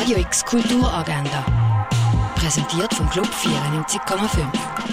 Radio X Kulturagenda. Präsentiert vom Club 94,5.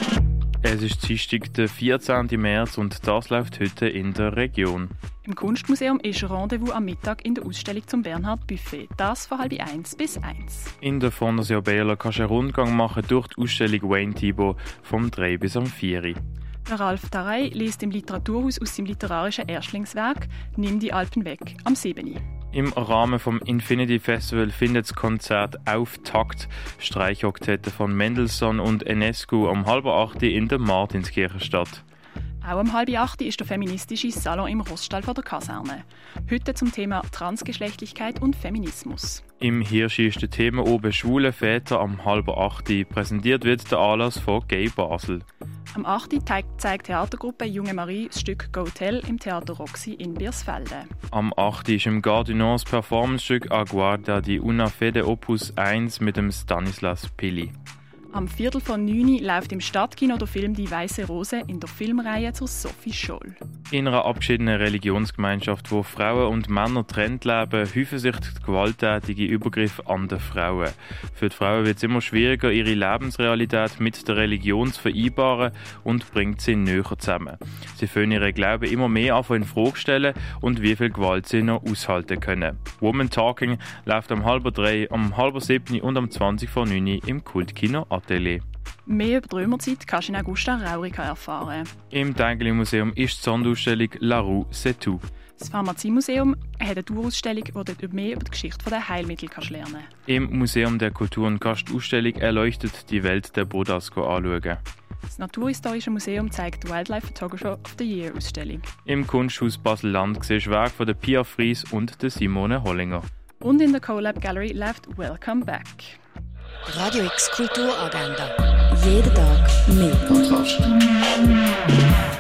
Es ist Dienstag, der 14. März und das läuft heute in der Region. Im Kunstmuseum ist Rendezvous am Mittag in der Ausstellung zum Bernhard Buffet. Das von 12:30 bis 1. In der Fondation Baylor kannst du einen Rundgang machen durch die Ausstellung Wayne Thiebaud vom 3 bis am 4. Der Ralf Tarey liest im Literaturhaus aus seinem literarischen Erstlingswerk «Nimm die Alpen weg» am 7. Im Rahmen vom Infinity Festival findet das Konzert «Auftakt» Streichoktette von Mendelssohn und Enescu um 7:30 in der Martinskirche statt. Auch um 7:30 ist der feministische Salon im Roststall vor der Kaserne. Heute zum Thema Transgeschlechtlichkeit und Feminismus. Im Hirschi ist das Thema oben «Schwule Väter» am 7:30. Präsentiert wird der Anlass von Gay Basel. Am 8. zeigt Theatergruppe Junge Marie das Stück «Go Tell» im Theater Roxy in Biersfelde. Am 8. ist im Gardiner das Performancestück «Aguarda di una Fede Opus 1» mit dem Stanislas Pili. Am 8:45 läuft im Stadtkino der Film «Die Weiße Rose» in der Filmreihe zur Sophie Scholl. In einer abgeschiedenen Religionsgemeinschaft, wo Frauen und Männer getrennt leben, häufen sich gewalttätige Übergriffe an den Frauen. Für die Frauen wird es immer schwieriger, ihre Lebensrealität mit der Religion zu vereinbaren und bringt sie näher zusammen. Sie fühlen ihren Glauben immer mehr in Frage stellen und wie viel Gewalt sie noch aushalten können. Woman Talking läuft am 6:30, am 6:30 und am 20:09 im Kultkino Atelier. Mehr über die Römerzeit kannst du in Augusta Raurica erfahren. Im Tengeli-Museum ist die Sonderausstellung «La Rue c'est tout». Das Pharmaziemuseum hat eine Tourausstellung, wo du mehr über die Geschichte der Heilmittel lernen kannst. Im Museum der Kulturen kannst du die Ausstellung «Erleuchtet die Welt der Buddhas» anschauen. Das Naturhistorische Museum zeigt die Wildlife Photographer of the Year Ausstellung. Im Kunsthaus Basel-Land siehst du Werke von Pia Fries und Simone Hollinger. Und in der CoLab Gallery läuft «Welcome Back». Radio X Kulturagenda. Jeden Tag mehr. Kontrast.